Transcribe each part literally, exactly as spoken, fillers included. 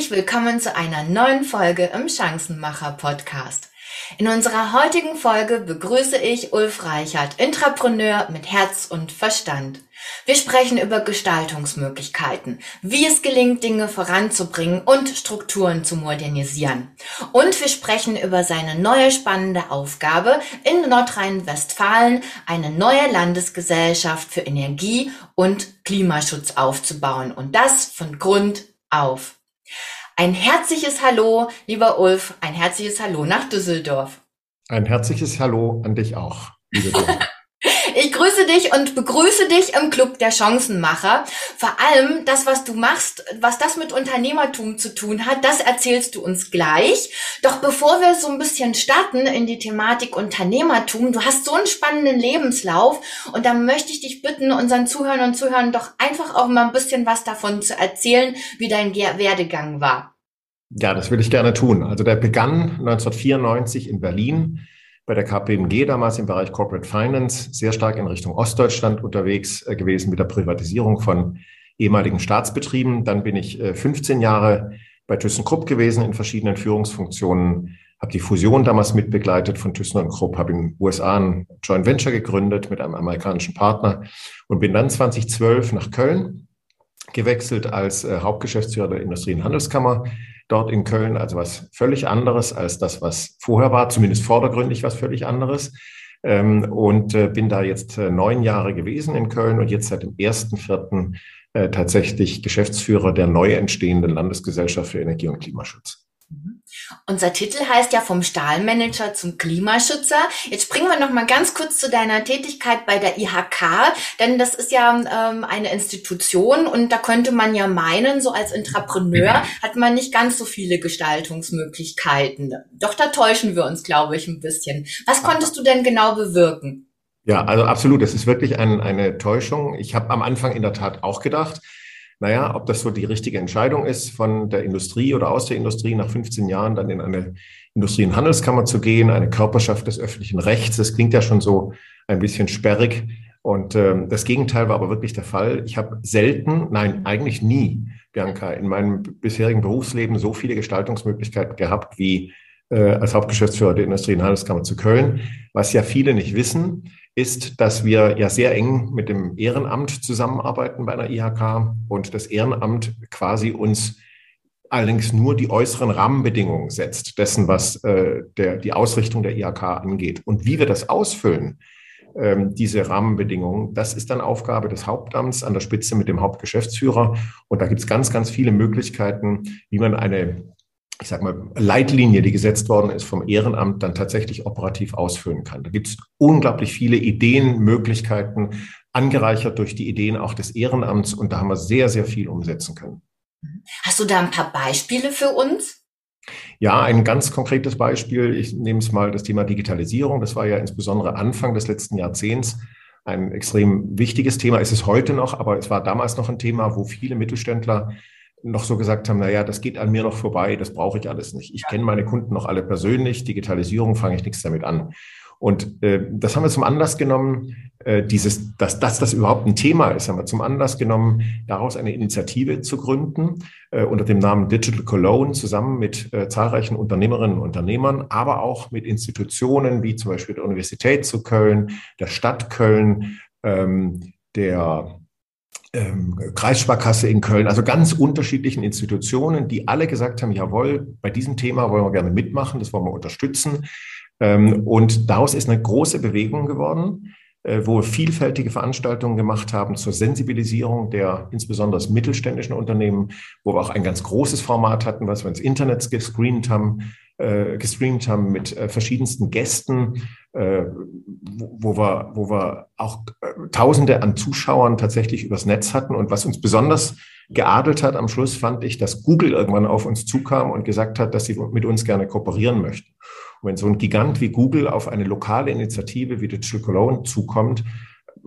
herzlich willkommen zu einer neuen Folge im Chancenmacher-Podcast. In unserer heutigen Folge begrüße ich Ulf Reichert, Intrapreneur mit Herz und Verstand. Wir sprechen über Gestaltungsmöglichkeiten, wie es gelingt, Dinge voranzubringen und Strukturen zu modernisieren. Und wir sprechen über seine neue spannende Aufgabe, in Nordrhein-Westfalen eine neue Landesgesellschaft für Energie- und Klimaschutz aufzubauen. Und das von Grund auf. Ein herzliches Hallo, lieber Ulf, ein herzliches Hallo nach Düsseldorf. Ein herzliches Hallo an dich auch, liebe Dora. Ich grüße dich und begrüße dich im Club der Chancenmacher. Vor allem das, was du machst, was das mit Unternehmertum zu tun hat, das erzählst du uns gleich. Doch bevor wir so ein bisschen starten in die Thematik Unternehmertum, du hast so einen spannenden Lebenslauf und da möchte ich dich bitten, unseren Zuhörern und Zuhörern doch einfach auch mal ein bisschen was davon zu erzählen, wie dein Werdegang war. Ja, das will ich gerne tun. Also der begann neunzehnhundertvierundneunzig in Berlin bei der K P M G, damals im Bereich Corporate Finance, sehr stark in Richtung Ostdeutschland unterwegs äh, gewesen mit der Privatisierung von ehemaligen Staatsbetrieben. Dann bin ich äh, fünfzehn Jahre bei ThyssenKrupp gewesen in verschiedenen Führungsfunktionen, habe die Fusion damals mitbegleitet von ThyssenKrupp, habe in den U S A ein Joint Venture gegründet mit einem amerikanischen Partner und bin dann zweitausendzwölf nach Köln gewechselt als äh, Hauptgeschäftsführer der Industrie- und Handelskammer dort in Köln, also was völlig anderes als das, was vorher war, zumindest vordergründig was völlig anderes. Ähm, und äh, bin da jetzt äh, neun Jahre gewesen in Köln und jetzt seit dem ersten Vierten äh, tatsächlich Geschäftsführer der neu entstehenden Landesgesellschaft für Energie- und Klimaschutz. Unser Titel heißt ja vom Stahlmanager zum Klimaschützer. Jetzt springen wir noch mal ganz kurz zu deiner Tätigkeit bei der I H K, denn das ist ja ähm, eine Institution und da könnte man ja meinen, so als Intrapreneur hat man nicht ganz so viele Gestaltungsmöglichkeiten. Doch da täuschen wir uns, glaube ich, ein bisschen. Was konntest du denn genau bewirken? Ja, also absolut. Es ist wirklich ein, eine Täuschung. Ich habe am Anfang in der Tat auch gedacht, naja, ob das so die richtige Entscheidung ist, von der Industrie oder aus der Industrie nach fünfzehn Jahren dann in eine Industrie- und Handelskammer zu gehen, eine Körperschaft des öffentlichen Rechts. Das klingt ja schon so ein bisschen sperrig. Und ähm, das Gegenteil war aber wirklich der Fall. Ich habe selten, nein, eigentlich nie, Bianca, in meinem bisherigen Berufsleben so viele Gestaltungsmöglichkeiten gehabt wie äh, als Hauptgeschäftsführer der Industrie- und Handelskammer zu Köln. Was ja viele nicht wissen, ist, dass wir ja sehr eng mit dem Ehrenamt zusammenarbeiten bei einer I H K und das Ehrenamt quasi uns allerdings nur die äußeren Rahmenbedingungen setzt, dessen, was äh, der, die Ausrichtung der I H K angeht. Und wie wir das ausfüllen, ähm, diese Rahmenbedingungen, das ist dann Aufgabe des Hauptamts an der Spitze mit dem Hauptgeschäftsführer. Und da gibt es ganz, ganz viele Möglichkeiten, wie man eine ich sag mal, Leitlinie, die gesetzt worden ist vom Ehrenamt, dann tatsächlich operativ ausfüllen kann. Da gibt es unglaublich viele Ideen, Möglichkeiten, angereichert durch die Ideen auch des Ehrenamts. Und da haben wir sehr, sehr viel umsetzen können. Hast du da ein paar Beispiele für uns? Ja, ein ganz konkretes Beispiel. Ich nehme es mal das Thema Digitalisierung. Das war ja insbesondere Anfang des letzten Jahrzehnts ein extrem wichtiges Thema. Es ist heute noch, aber es war damals noch ein Thema, wo viele Mittelständler noch so gesagt haben, naja, das geht an mir noch vorbei, das brauche ich alles nicht. Ich kenne meine Kunden noch alle persönlich, Digitalisierung fange ich nichts damit an. Und äh, das haben wir zum Anlass genommen, äh, dieses, dass, dass das überhaupt ein Thema ist, haben wir zum Anlass genommen, daraus eine Initiative zu gründen, äh, unter dem Namen Digital Cologne, zusammen mit äh, zahlreichen Unternehmerinnen und Unternehmern, aber auch mit Institutionen wie zum Beispiel der Universität zu Köln, der Stadt Köln, ähm, der Ähm, Kreissparkasse in Köln, also ganz unterschiedlichen Institutionen, die alle gesagt haben, jawohl, bei diesem Thema wollen wir gerne mitmachen, das wollen wir unterstützen. Ähm, und daraus ist eine große Bewegung geworden, äh, wo wir vielfältige Veranstaltungen gemacht haben zur Sensibilisierung der insbesondere des mittelständischen Unternehmen, wo wir auch ein ganz großes Format hatten, was wir ins Internet gescreent haben, äh, gestreamt haben mit äh, verschiedensten Gästen, äh, wo, wo wir, wo wir auch äh, Tausende an Zuschauern tatsächlich übers Netz hatten. Und was uns besonders geadelt hat am Schluss, fand ich, dass Google irgendwann auf uns zukam und gesagt hat, dass sie mit uns gerne kooperieren möchten. Und wenn so ein Gigant wie Google auf eine lokale Initiative wie Digital Cologne zukommt,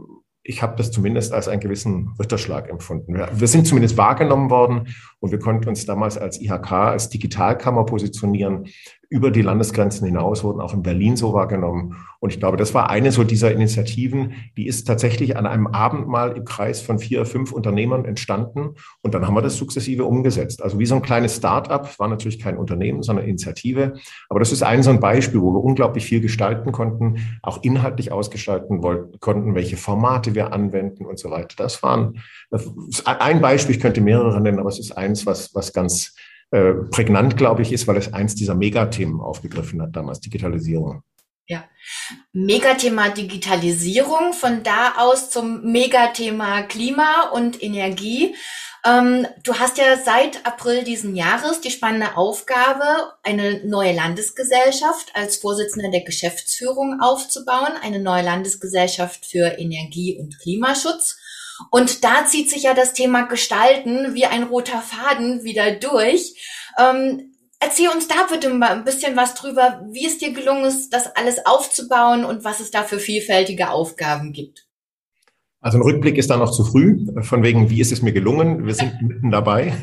ich habe das zumindest als einen gewissen Ritterschlag empfunden. Wir, wir sind zumindest wahrgenommen worden und wir konnten uns damals als I H K, als Digitalkammer positionieren. Über die Landesgrenzen hinaus wurden auch in Berlin so wahrgenommen. Und ich glaube, das war eine so dieser Initiativen, die ist tatsächlich an einem Abend mal im Kreis von vier, fünf Unternehmern entstanden. Und dann haben wir das sukzessive umgesetzt. Also wie so ein kleines Start-up, war natürlich kein Unternehmen, sondern Initiative. Aber das ist ein so ein Beispiel, wo wir unglaublich viel gestalten konnten, auch inhaltlich ausgestalten wollten, konnten, welche Formate wir anwenden und so weiter. Das waren das ist ein Beispiel, ich könnte mehrere nennen, aber es ist eins, was, was ganz äh, prägnant, glaube ich, ist, weil es eins dieser Megathemen aufgegriffen hat, damals Digitalisierung. Ja, Megathema Digitalisierung, von da aus zum Megathema Klima und Energie. Ähm, du hast ja seit April diesen Jahres die spannende Aufgabe, eine neue Landesgesellschaft als Vorsitzender der Geschäftsführung aufzubauen, eine neue Landesgesellschaft für Energie- und Klimaschutz. Und da zieht sich ja das Thema Gestalten wie ein roter Faden wieder durch. Ähm, erzähl uns da bitte mal ein bisschen was drüber, wie es dir gelungen ist, das alles aufzubauen und was es da für vielfältige Aufgaben gibt. Also ein Rückblick ist da noch zu früh, von wegen, wie ist es mir gelungen? Wir sind mitten dabei.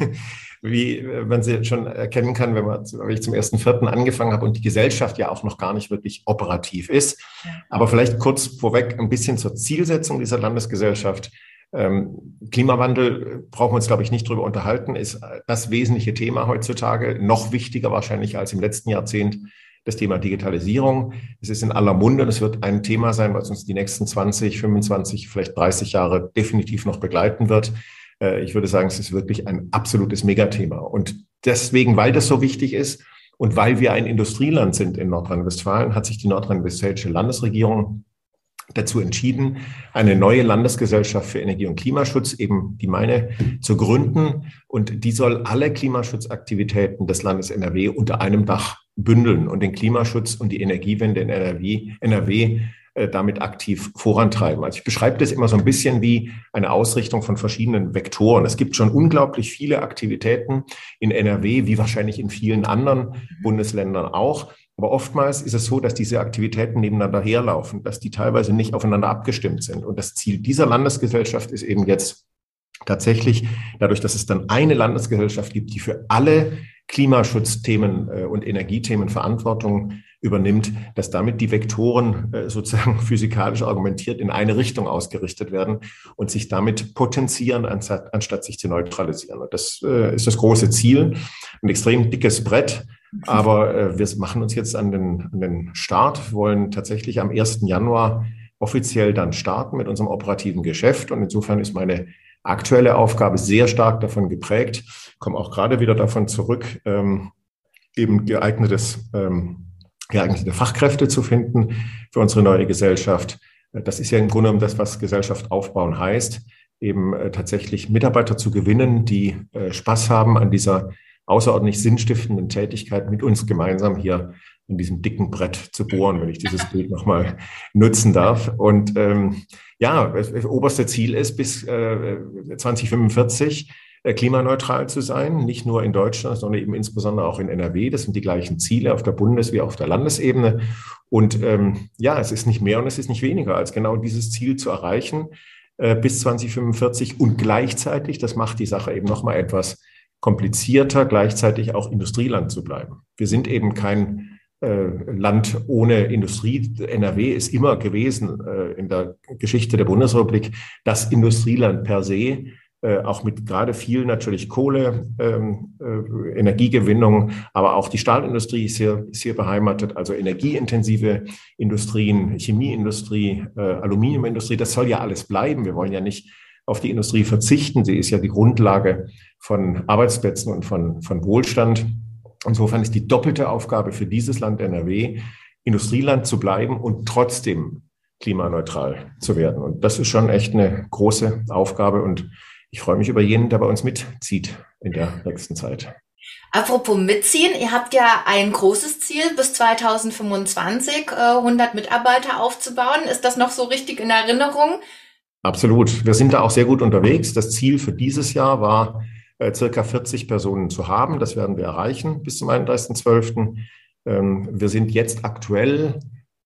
Wie man sie schon erkennen kann, wenn, man, wenn ich zum ersten Vierten angefangen habe und die Gesellschaft ja auch noch gar nicht wirklich operativ ist. Aber vielleicht kurz vorweg ein bisschen zur Zielsetzung dieser Landesgesellschaft. Ähm, Klimawandel, brauchen wir uns, glaube ich, nicht drüber unterhalten, ist das wesentliche Thema heutzutage, noch wichtiger wahrscheinlich als im letzten Jahrzehnt, das Thema Digitalisierung. Es ist in aller Munde und es wird ein Thema sein, was uns die nächsten zwanzig, fünfundzwanzig, vielleicht dreißig Jahre definitiv noch begleiten wird. Äh, ich würde sagen, es ist wirklich ein absolutes Megathema. Und deswegen, weil das so wichtig ist und weil wir ein Industrieland sind in Nordrhein-Westfalen, hat sich die nordrhein-westfälische Landesregierung dazu entschieden, eine neue Landesgesellschaft für Energie- und Klimaschutz, eben die meine, zu gründen. Und die soll alle Klimaschutzaktivitäten des Landes N R W unter einem Dach bündeln und den Klimaschutz und die Energiewende in N R W, N R W äh, damit aktiv vorantreiben. Also ich beschreibe das immer so ein bisschen wie eine Ausrichtung von verschiedenen Vektoren. Es gibt schon unglaublich viele Aktivitäten in N R W, wie wahrscheinlich in vielen anderen Bundesländern auch. Aber oftmals ist es so, dass diese Aktivitäten nebeneinander herlaufen, dass die teilweise nicht aufeinander abgestimmt sind. Und das Ziel dieser Landesgesellschaft ist eben jetzt tatsächlich, dadurch, dass es dann eine Landesgesellschaft gibt, die für alle Klimaschutzthemen und Energiethemen Verantwortung übernimmt, dass damit die Vektoren sozusagen physikalisch argumentiert in eine Richtung ausgerichtet werden und sich damit potenzieren, anstatt, anstatt sich zu neutralisieren. Und das ist das große Ziel, ein extrem dickes Brett. Aber äh, wir machen uns jetzt an den, an den Start, wollen tatsächlich am ersten Januar offiziell dann starten mit unserem operativen Geschäft. Und insofern ist meine aktuelle Aufgabe sehr stark davon geprägt. Ich komme auch gerade wieder davon zurück, ähm, eben geeignetes, ähm, geeignete Fachkräfte zu finden für unsere neue Gesellschaft. Das ist ja im Grunde genommen das, was Gesellschaft aufbauen heißt, eben äh, tatsächlich Mitarbeiter zu gewinnen, die äh, Spaß haben an dieser außerordentlich sinnstiftenden Tätigkeit mit uns gemeinsam hier in diesem dicken Brett zu bohren, wenn ich dieses Bild nochmal nutzen darf. Und ähm, ja, das oberste Ziel ist, bis äh, zwanzig fünfundvierzig äh, klimaneutral zu sein, nicht nur in Deutschland, sondern eben insbesondere auch in N R W. Das sind die gleichen Ziele auf der Bundes- wie auf der Landesebene. Und ähm, ja, es ist nicht mehr und es ist nicht weniger, als genau dieses Ziel zu erreichen äh, bis zwanzig fünfundvierzig und gleichzeitig, das macht die Sache eben nochmal etwas komplizierter, gleichzeitig auch Industrieland zu bleiben. Wir sind eben kein äh, Land ohne Industrie. N R W ist immer gewesen äh, in der Geschichte der Bundesrepublik das Industrieland per se, äh, auch mit gerade viel natürlich Kohle, ähm, äh, Energiegewinnung, aber auch die Stahlindustrie ist hier, ist hier beheimatet, also energieintensive Industrien, Chemieindustrie, äh, Aluminiumindustrie, das soll ja alles bleiben. Wir wollen ja nicht auf die Industrie verzichten. Sie ist ja die Grundlage von Arbeitsplätzen und von, von Wohlstand. Insofern ist die doppelte Aufgabe für dieses Land N R W, Industrieland zu bleiben und trotzdem klimaneutral zu werden. Und das ist schon echt eine große Aufgabe. Und ich freue mich über jeden, der bei uns mitzieht in der nächsten Zeit. Apropos mitziehen, ihr habt ja ein großes Ziel, bis zweitausendfünfundzwanzig äh, hundert Mitarbeiter aufzubauen. Ist das noch so richtig in Erinnerung? Absolut. Wir sind da auch sehr gut unterwegs. Das Ziel für dieses Jahr war, äh, circa vierzig Personen zu haben. Das werden wir erreichen bis zum einunddreißigsten zwölften. Ähm, wir sind jetzt aktuell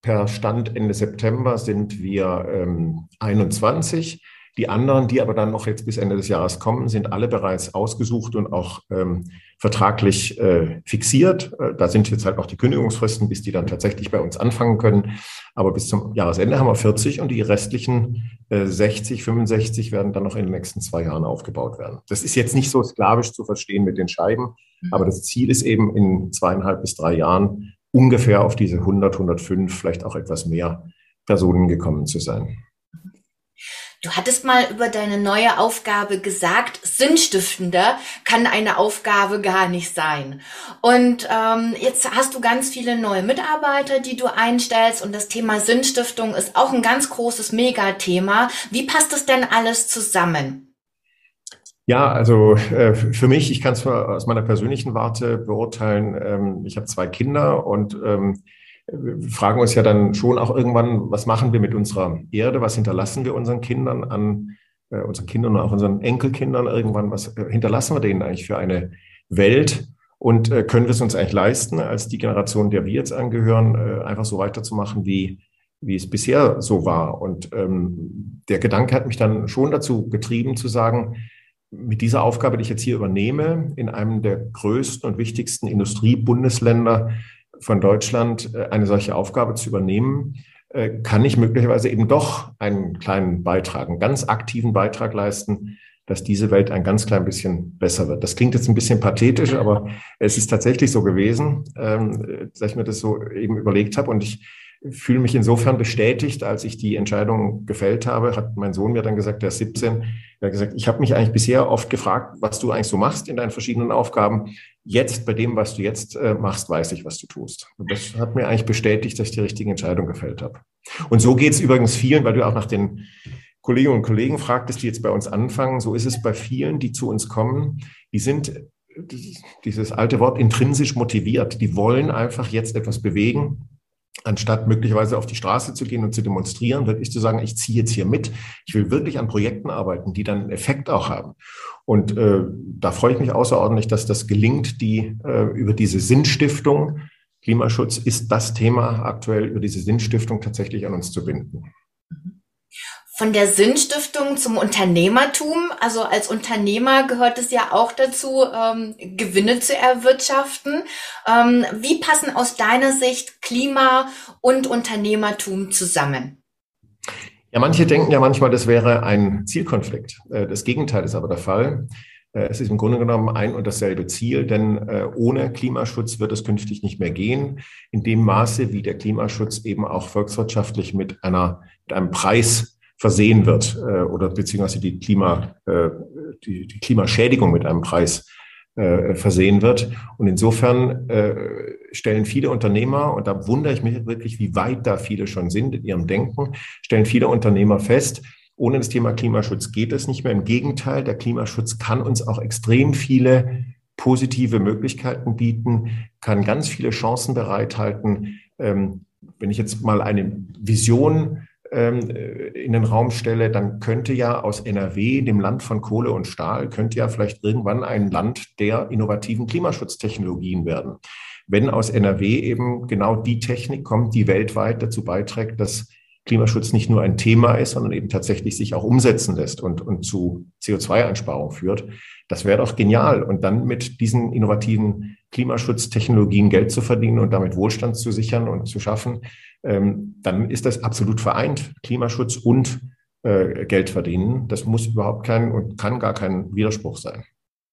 per Stand Ende September sind wir ähm, einundzwanzig. Die anderen, die aber dann noch jetzt bis Ende des Jahres kommen, sind alle bereits ausgesucht und auch ähm, vertraglich äh, fixiert. Äh, da sind jetzt halt noch die Kündigungsfristen, bis die dann tatsächlich bei uns anfangen können. Aber bis zum Jahresende haben wir vierzig und die restlichen äh, sechzig, fünfundsechzig werden dann noch in den nächsten zwei Jahren aufgebaut werden. Das ist jetzt nicht so sklavisch zu verstehen mit den Scheiben, aber das Ziel ist eben in zweieinhalb bis drei Jahren ungefähr auf diese hundert, hundertfünf, vielleicht auch etwas mehr Personen gekommen zu sein. Du hattest mal über deine neue Aufgabe gesagt, sinnstiftender kann eine Aufgabe gar nicht sein. Und ähm, jetzt hast du ganz viele neue Mitarbeiter, die du einstellst und das Thema Sinnstiftung ist auch ein ganz großes Megathema. Wie passt das denn alles zusammen? Ja, also äh, für mich, ich kann es aus meiner persönlichen Warte beurteilen, ähm, ich habe zwei Kinder und ähm, wir fragen uns ja dann schon auch irgendwann, was machen wir mit unserer Erde, was hinterlassen wir unseren Kindern an, äh, unseren Kindern und auch unseren Enkelkindern irgendwann, was äh, hinterlassen wir denen eigentlich für eine Welt und äh, können wir es uns eigentlich leisten, als die Generation, der wir jetzt angehören, äh, einfach so weiterzumachen, wie, wie es bisher so war. Und ähm, der Gedanke hat mich dann schon dazu getrieben zu sagen, mit dieser Aufgabe, die ich jetzt hier übernehme, in einem der größten und wichtigsten Industriebundesländer von Deutschland eine solche Aufgabe zu übernehmen, kann ich möglicherweise eben doch einen kleinen Beitrag, einen ganz aktiven Beitrag leisten, dass diese Welt ein ganz klein bisschen besser wird. Das klingt jetzt ein bisschen pathetisch, aber es ist tatsächlich so gewesen, dass ich mir das so eben überlegt habe. Und ich fühle mich insofern bestätigt, als ich die Entscheidung gefällt habe, hat mein Sohn mir dann gesagt, der ist siebzehn, er hat gesagt, ich habe mich eigentlich bisher oft gefragt, was du eigentlich so machst in deinen verschiedenen Aufgaben. Jetzt, bei dem, was du jetzt äh, machst, weiß ich, was du tust. Und das hat mir eigentlich bestätigt, dass ich die richtige Entscheidung gefällt habe. Und so geht es übrigens vielen, weil du auch nach den Kolleginnen und Kollegen fragtest, die jetzt bei uns anfangen. So ist es bei vielen, die zu uns kommen. Die sind, dieses alte Wort, intrinsisch motiviert. Die wollen einfach jetzt etwas bewegen, anstatt möglicherweise auf die Straße zu gehen und zu demonstrieren, wirklich zu sagen, ich ziehe jetzt hier mit. Ich will wirklich an Projekten arbeiten, die dann einen Effekt auch haben. Und äh, da freue ich mich außerordentlich, dass das gelingt, die äh, über diese Sinnstiftung, Klimaschutz ist das Thema aktuell, über diese Sinnstiftung tatsächlich an uns zu binden. Von der Sinnstiftung zum Unternehmertum. Also als Unternehmer gehört es ja auch dazu, ähm, Gewinne zu erwirtschaften. Ähm, wie passen aus deiner Sicht Klima und Unternehmertum zusammen? Ja, manche denken ja manchmal, das wäre ein Zielkonflikt. Das Gegenteil ist aber der Fall. Es ist im Grunde genommen ein und dasselbe Ziel, denn ohne Klimaschutz wird es künftig nicht mehr gehen, in dem Maße, wie der Klimaschutz eben auch volkswirtschaftlich mit einer, mit einem Preis versehen wird oder beziehungsweise die Klima, die, die Klimaschädigung mit einem Preis versehen wird. Und insofern stellen viele Unternehmer, und da wundere ich mich wirklich, wie weit da viele schon sind in ihrem Denken, stellen viele Unternehmer fest, ohne das Thema Klimaschutz geht es nicht mehr. Im Gegenteil, der Klimaschutz kann uns auch extrem viele positive Möglichkeiten bieten, kann ganz viele Chancen bereithalten. Wenn ich jetzt mal eine Vision in den Raum stelle, dann könnte ja aus N R W, dem Land von Kohle und Stahl, könnte ja vielleicht irgendwann ein Land der innovativen Klimaschutztechnologien werden. Wenn aus N R W eben genau die Technik kommt, die weltweit dazu beiträgt, dass Klimaschutz nicht nur ein Thema ist, sondern eben tatsächlich sich auch umsetzen lässt und, und zu C O zwei Einsparung führt. Das wäre doch genial. Und dann mit diesen innovativen Klimaschutztechnologien Geld zu verdienen und damit Wohlstand zu sichern und zu schaffen, ähm, dann ist das absolut vereint, Klimaschutz und äh, Geld verdienen. Das muss überhaupt kein und kann gar kein Widerspruch sein.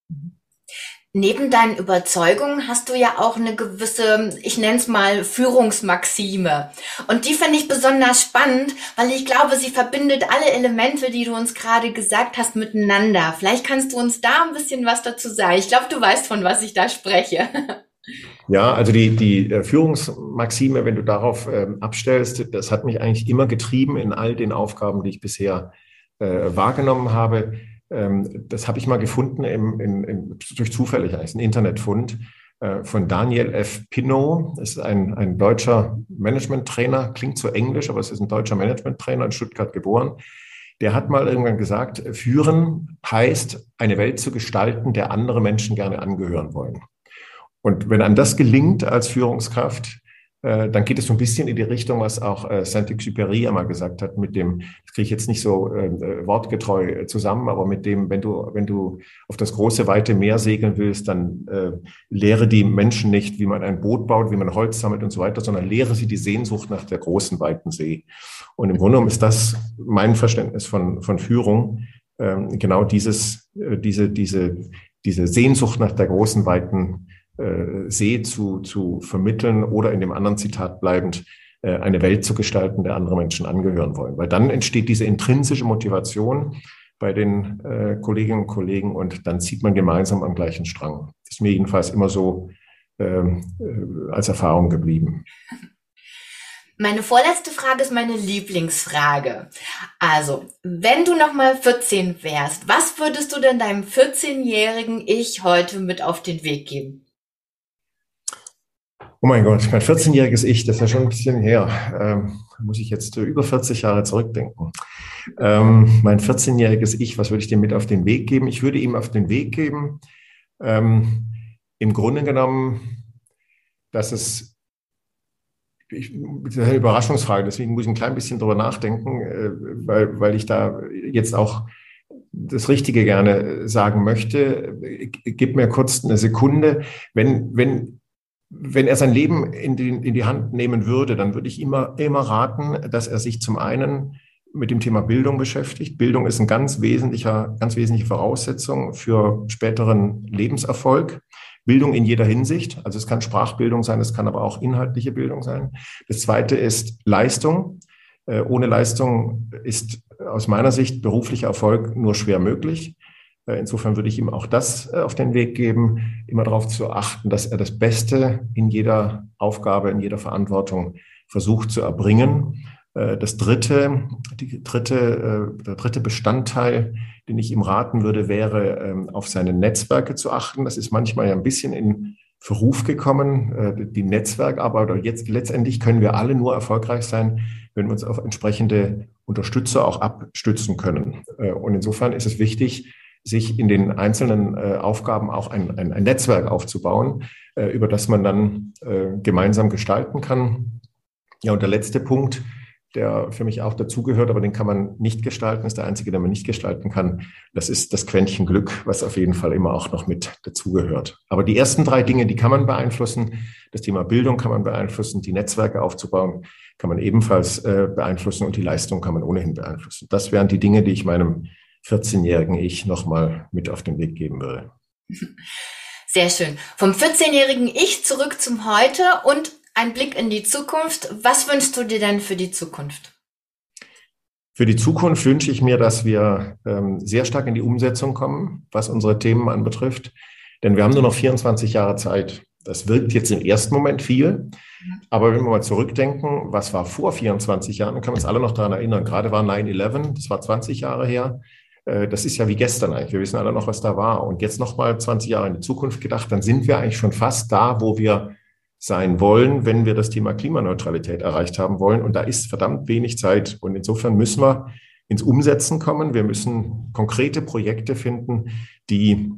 Neben deinen Überzeugungen hast du ja auch eine gewisse, ich nenne es mal, Führungsmaxime. Und die finde ich besonders spannend, weil ich glaube, sie verbindet alle Elemente, die du uns gerade gesagt hast, miteinander. Vielleicht kannst du uns da ein bisschen was dazu sagen. Ich glaube, du weißt, von was ich da spreche. Ja, also die, die Führungsmaxime, wenn du darauf ähm, abstellst, das hat mich eigentlich immer getrieben in all den Aufgaben, die ich bisher äh, wahrgenommen habe. Das habe ich mal gefunden im, im, im, durch zufällig, eigentlich ein Internetfund äh, von Daniel F. Pinot. Das ist ein, ein deutscher Management-Trainer, klingt so englisch, aber es ist ein deutscher Management-Trainer in Stuttgart geboren. Der hat mal irgendwann gesagt, führen heißt, eine Welt zu gestalten, der andere Menschen gerne angehören wollen. Und wenn einem das gelingt als Führungskraft, dann geht es so ein bisschen in die Richtung, was auch Saint-Exupéry einmal gesagt hat, mit dem, das kriege ich jetzt nicht so äh, wortgetreu zusammen, aber mit dem, wenn du, wenn du auf das große, weite Meer segeln willst, dann äh, lehre die Menschen nicht, wie man ein Boot baut, wie man Holz sammelt und so weiter, sondern lehre sie die Sehnsucht nach der großen, weiten See. Und im Grunde genommen ist das mein Verständnis von, von Führung, ähm, genau dieses, äh, diese, diese, diese Sehnsucht nach der großen, weiten See zu, zu vermitteln oder in dem anderen Zitat bleibend, eine Welt zu gestalten, der andere Menschen angehören wollen. Weil dann entsteht diese intrinsische Motivation bei den äh, Kolleginnen und Kollegen und dann zieht man gemeinsam am gleichen Strang. Das ist mir jedenfalls immer so ähm, äh, als Erfahrung geblieben. Meine vorletzte Frage ist meine Lieblingsfrage. Also, wenn du noch mal vierzehn wärst, was würdest du denn deinem vierzehnjährigen Ich heute mit auf den Weg geben? Oh mein Gott, mein vierzehnjähriges Ich, das ist ja schon ein bisschen her. Ähm, da muss ich jetzt über vierzig Jahre zurückdenken. Ähm, mein vierzehnjähriges Ich, was würde ich dem mit auf den Weg geben? Ich würde ihm auf den Weg geben, ähm, im Grunde genommen, dass es, ich, das ist eine Überraschungsfrage, deswegen muss ich ein klein bisschen drüber nachdenken, äh, weil, weil ich da jetzt auch das Richtige gerne sagen möchte. Gib mir kurz eine Sekunde. Wenn, wenn Wenn er sein Leben in die, in die Hand nehmen würde, dann würde ich immer, immer raten, dass er sich zum einen mit dem Thema Bildung beschäftigt. Bildung ist eine ganz wesentlicher, ganz wesentliche Voraussetzung für späteren Lebenserfolg. Bildung in jeder Hinsicht. Also es kann Sprachbildung sein, es kann aber auch inhaltliche Bildung sein. Das zweite ist Leistung. Ohne Leistung ist aus meiner Sicht beruflicher Erfolg nur schwer möglich. Insofern würde ich ihm auch das auf den Weg geben, immer darauf zu achten, dass er das Beste in jeder Aufgabe, in jeder Verantwortung versucht zu erbringen. Das dritte, die dritte, der dritte Bestandteil, den ich ihm raten würde, wäre, auf seine Netzwerke zu achten. Das ist manchmal ja ein bisschen in Verruf gekommen, die Netzwerkarbeit. Aber jetzt letztendlich können wir alle nur erfolgreich sein, wenn wir uns auf entsprechende Unterstützer auch abstützen können. Und insofern ist es wichtig, sich in den einzelnen äh, Aufgaben auch ein, ein, ein Netzwerk aufzubauen, äh, über das man dann äh, gemeinsam gestalten kann. Ja, und der letzte Punkt, der für mich auch dazugehört, aber den kann man nicht gestalten, ist der einzige, den man nicht gestalten kann. Das ist das Quäntchen Glück, was auf jeden Fall immer auch noch mit dazugehört. Aber die ersten drei Dinge, die kann man beeinflussen. Das Thema Bildung kann man beeinflussen, die Netzwerke aufzubauen, kann man ebenfalls äh, beeinflussen und die Leistung kann man ohnehin beeinflussen. Das wären die Dinge, die ich meinem vierzehnjährigen Ich nochmal mit auf den Weg geben würde. Sehr schön. Vom vierzehnjährigen Ich zurück zum Heute und ein Blick in die Zukunft. Was wünschst du dir denn für die Zukunft? Für die Zukunft wünsche ich mir, dass wir ähm, sehr stark in die Umsetzung kommen, was unsere Themen anbetrifft. Denn wir haben nur noch vierundzwanzig Jahre Zeit. Das wirkt jetzt im ersten Moment viel. Aber wenn wir mal zurückdenken, was war vor vierundzwanzig Jahren, dann können wir uns alle noch daran erinnern. Gerade war nine eleven, das war zwanzig Jahre her. Das ist ja wie gestern eigentlich. Wir wissen alle noch, was da war. Und jetzt nochmal zwanzig Jahre in die Zukunft gedacht, dann sind wir eigentlich schon fast da, wo wir sein wollen, wenn wir das Thema Klimaneutralität erreicht haben wollen. Und da ist verdammt wenig Zeit. Und insofern müssen wir ins Umsetzen kommen. Wir müssen konkrete Projekte finden, die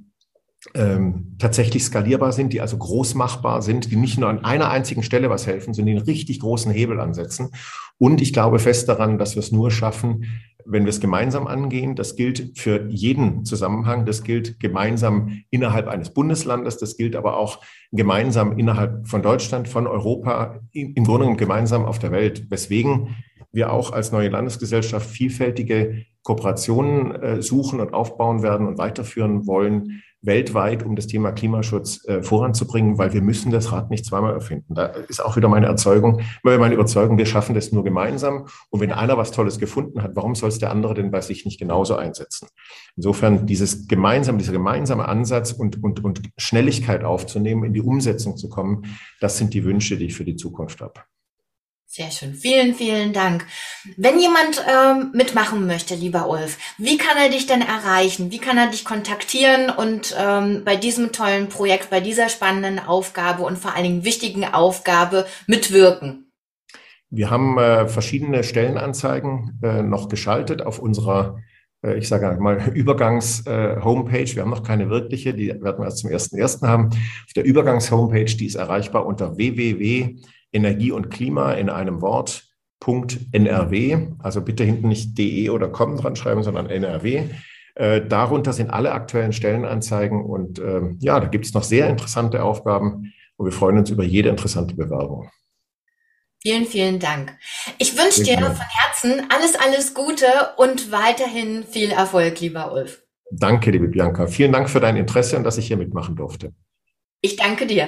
ähm, tatsächlich skalierbar sind, die also groß machbar sind, die nicht nur an einer einzigen Stelle was helfen, sondern den richtig großen Hebel ansetzen. Und ich glaube fest daran, dass wir es nur schaffen, wenn wir es gemeinsam angehen. Das gilt für jeden Zusammenhang. Das gilt gemeinsam innerhalb eines Bundeslandes. Das gilt aber auch gemeinsam innerhalb von Deutschland, von Europa, im Grunde genommen gemeinsam auf der Welt. Weswegen wir auch als neue Landesgesellschaft vielfältige Kooperationen äh, suchen und aufbauen werden und weiterführen wollen, weltweit, um das Thema Klimaschutz äh, voranzubringen, weil wir müssen das Rad nicht zweimal erfinden. Da ist auch wieder meine Erzeugung, meine Überzeugung, wir schaffen das nur gemeinsam. Und wenn einer was Tolles gefunden hat, warum soll es der andere denn bei sich nicht genauso einsetzen? Insofern dieses gemeinsame, dieser gemeinsame Ansatz und, und, und Schnelligkeit aufzunehmen, in die Umsetzung zu kommen, das sind die Wünsche, die ich für die Zukunft habe. Sehr schön. Vielen, vielen Dank. Wenn jemand ähm, mitmachen möchte, lieber Ulf, wie kann er dich denn erreichen? Wie kann er dich kontaktieren und ähm, bei diesem tollen Projekt, bei dieser spannenden Aufgabe und vor allen Dingen wichtigen Aufgabe mitwirken? Wir haben äh, verschiedene Stellenanzeigen äh, noch geschaltet auf unserer, äh, ich sage mal, Übergangs-Homepage. Äh, wir haben noch keine wirkliche, die werden wir erst zum ersten ersten haben. Auf der Übergangs-Homepage, die ist erreichbar unter w w w punkt Energie und Klima in einem Wort, .nrw, also bitte hinten nicht de oder com dran schreiben, sondern N R W. Äh, darunter sind alle aktuellen Stellenanzeigen und äh, ja, da gibt es noch sehr interessante Aufgaben und wir freuen uns über jede interessante Bewerbung. Vielen, vielen Dank. Ich wünsche dir von Herzen alles, alles Gute und weiterhin viel Erfolg, lieber Ulf. Danke, liebe Bianca. Vielen Dank für dein Interesse und dass ich hier mitmachen durfte. Ich danke dir.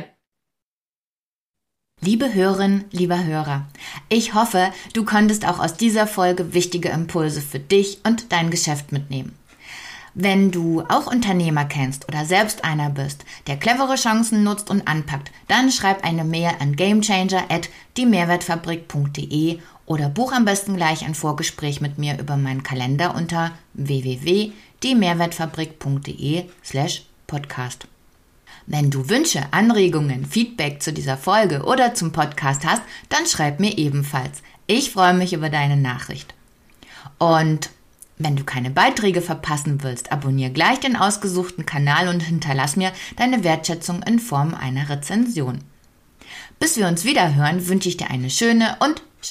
Liebe Hörerin, lieber Hörer, ich hoffe, du konntest auch aus dieser Folge wichtige Impulse für dich und dein Geschäft mitnehmen. Wenn du auch Unternehmer kennst oder selbst einer bist, der clevere Chancen nutzt und anpackt, dann schreib eine Mail an gamechanger at die mehrwertfabrik punkt de oder buch am besten gleich ein Vorgespräch mit mir über meinen Kalender unter w w w punkt die mehrwertfabrik punkt de slash podcast. Wenn du Wünsche, Anregungen, Feedback zu dieser Folge oder zum Podcast hast, dann schreib mir ebenfalls. Ich freue mich über deine Nachricht. Und wenn du keine Beiträge verpassen willst, abonniere gleich den ausgesuchten Kanal und hinterlass mir deine Wertschätzung in Form einer Rezension. Bis wir uns wieder hören, wünsche ich dir eine schöne und